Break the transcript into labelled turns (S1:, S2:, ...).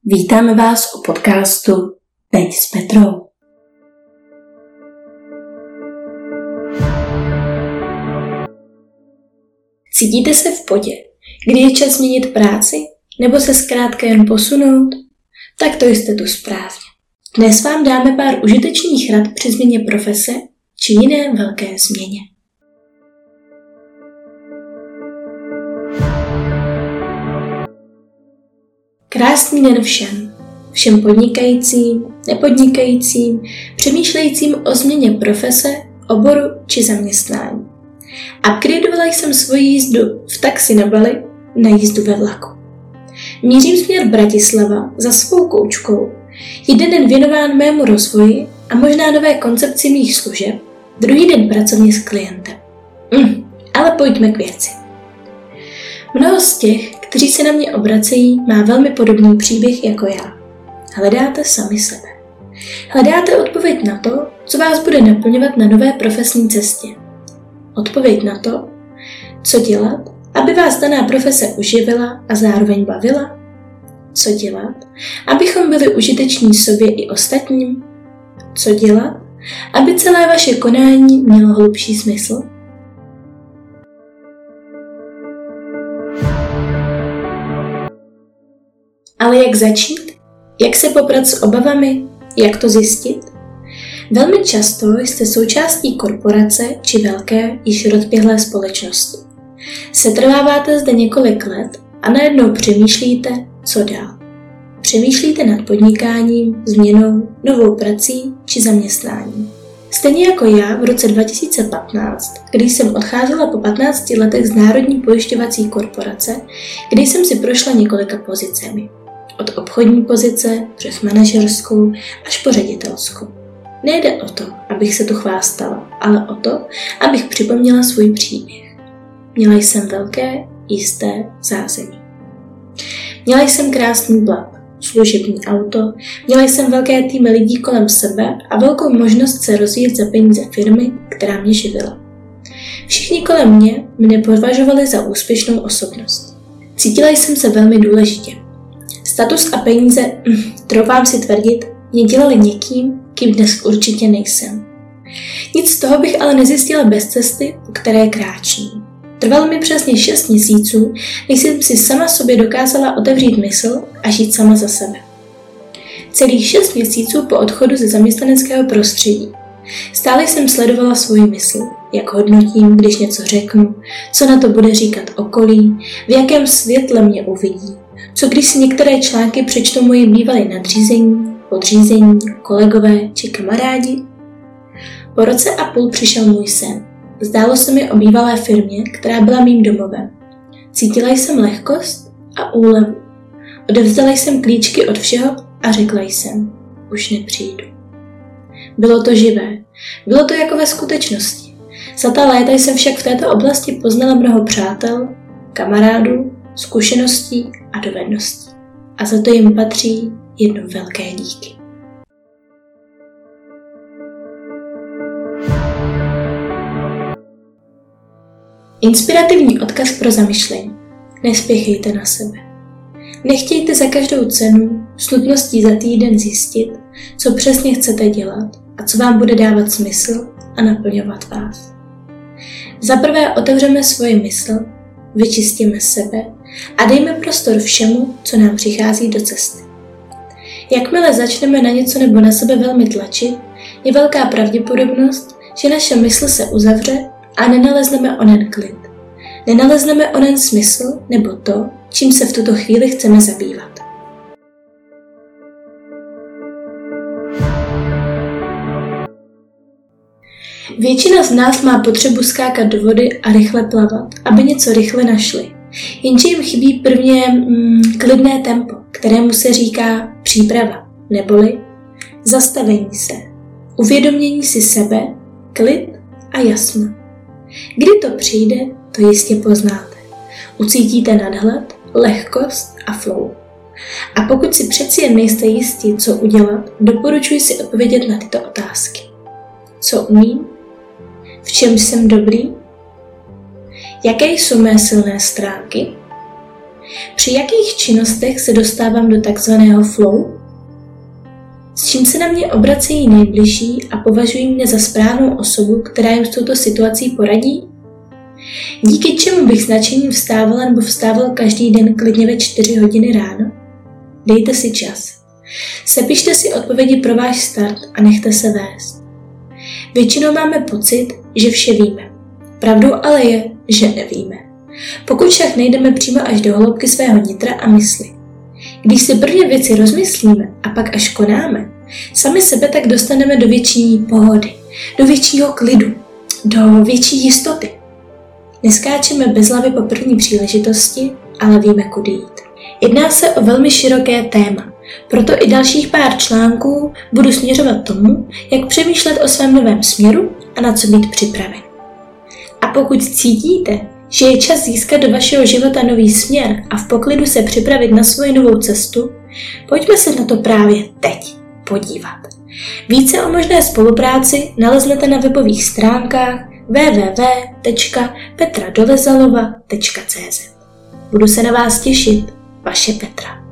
S1: Vítáme vás u podcastu Teď s Petrou. Cítíte se v bodě, kdy je čas změnit práci, nebo se zkrátka jen posunout? Tak to jste tu správně. Dnes vám dáme pár užitečných rad při změně profese či jiné velké změně. Krásný den všem podnikajícím, nepodnikajícím, přemýšlejícím o změně profese, oboru či zaměstnání. Upgradeovala jsem svoji jízdu v taxi na Bali na jízdu ve vlaku. Mířím směr Bratislava za svou koučkou, jeden den věnován mému rozvoji a možná nové koncepci mých služeb, druhý den pracovně s klientem. Ale pojďme k věci. Mnoho z těch, kteří se na mě obracejí, má velmi podobný příběh jako já. Hledáte sami sebe. Hledáte odpověď na to, co vás bude naplňovat na nové profesní cestě. Odpověď na to, co dělat, aby vás daná profese uživila a zároveň bavila. Co dělat, abychom byli užiteční sobě i ostatním. Co dělat, aby celé vaše konání mělo hlubší smysl. Ale jak začít? Jak se poprat s obavami? Jak to zjistit? Velmi často jste součástí korporace či velké, již rozběhlé společnosti. Setrváváte zde několik let a najednou přemýšlíte, co dál. Přemýšlíte nad podnikáním, změnou, novou prací či zaměstnáním. Stejně jako já v roce 2015, kdy jsem odcházela po 15 letech z Národní pojišťovací korporace, kdy jsem si prošla několika pozicemi. Od obchodní pozice přes manažerskou až po ředitelskou. Nejde o to, abych se tu chvástala, ale o to, abych připomněla svůj příběh. Měla jsem velké, jisté zázemí. Měla jsem krásný plat, služební auto, měla jsem velké týmy lidí kolem sebe a velkou možnost se rozvíjet za peníze firmy, která mě živila. Všichni kolem mě považovali za úspěšnou osobnost. Cítila jsem se velmi důležitě. Status a peníze, troufám si tvrdit, mě dělali někým, kým dnes určitě nejsem. Nic z toho bych ale nezjistila bez cesty, po které kráčím. Trvalo mi přesně 6 měsíců, než jsem si sama sobě dokázala otevřít mysl a žít sama za sebe. Celých 6 měsíců po odchodu ze zaměstnaneckého prostředí. Stále jsem sledovala svůj mysl, jak hodnotím, když něco řeknu, co na to bude říkat okolí, v jakém světle mě uvidí, co když si některé články přečtou moji bývalí nadřízení, podřízení, kolegové či kamarádi. Po roce a půl přišel můj sen. Zdálo se mi o bývalé firmě, která byla mým domovem. Cítila jsem lehkost a úlevu. Odevzdala jsem klíčky od všeho a řekla jsem, už nepřijdu. Bylo to živé. Bylo to jako ve skutečnosti. Za ta léta jsem však v této oblasti poznala mnoho přátel, kamarádů, zkušeností a dovedností. A za to jim patří jedno velké díky. Inspirativní odkaz pro zamyšlení. Nespěchejte na sebe. Nechtějte za každou cenu s nutností za týden zjistit, co přesně chcete dělat a co vám bude dávat smysl a naplňovat vás. Zaprvé otevřeme svoji mysl, vyčistíme sebe a dejme prostor všemu, co nám přichází do cesty. Jakmile začneme na něco nebo na sebe velmi tlačit, je velká pravděpodobnost, že naše mysl se uzavře a nenalezneme onen klid. Nenalezneme onen smysl nebo to, čím se v tuto chvíli chceme zabývat. Většina z nás má potřebu skákat do vody a rychle plavat, aby něco rychle našli. Jenže jim chybí prvně klidné tempo, kterému se říká příprava, neboli zastavení se, uvědomění si sebe, klid a jasno. Kdy to přijde, to jistě poznáte. Ucítíte nadhled, lehkost a flow. A pokud si přeci jen nejste jistí, co udělat, doporučuji si odpovědět na tyto otázky. Co umím? V čem jsem dobrý? Jaké jsou mé silné stránky? Při jakých činnostech se dostávám do takzvaného flow? S čím se na mě obracejí nejbližší a považují mě za správnou osobu, která jim s touto situací poradí? Díky čemu bych s nadšením vstávala nebo vstával každý den klidně ve 4 hodiny ráno? Dejte si čas. Sepište si odpovědi pro váš start a nechte se vést. Většinou máme pocit, že vše víme. Pravdou ale je, že nevíme. Pokud však nejdeme přímo až do hloubky svého nitra a mysli. Když si prvně věci rozmyslíme a pak až konáme, sami sebe tak dostaneme do větší pohody, do většího klidu, do větší jistoty. Neskáčeme bez hlavy po první příležitosti, ale víme, kudy jít. Jedná se o velmi široké téma, proto i dalších pár článků budu směřovat tomu, jak přemýšlet o svém novém směru a na co být připraven. A pokud cítíte, že je čas získat do vašeho života nový směr a v poklidu se připravit na svoji novou cestu, pojďme se na to právě teď podívat. Více o možné spolupráci naleznete na webových stránkách www.petradolezalova.cz. Budu se na vás těšit, vaše Petra.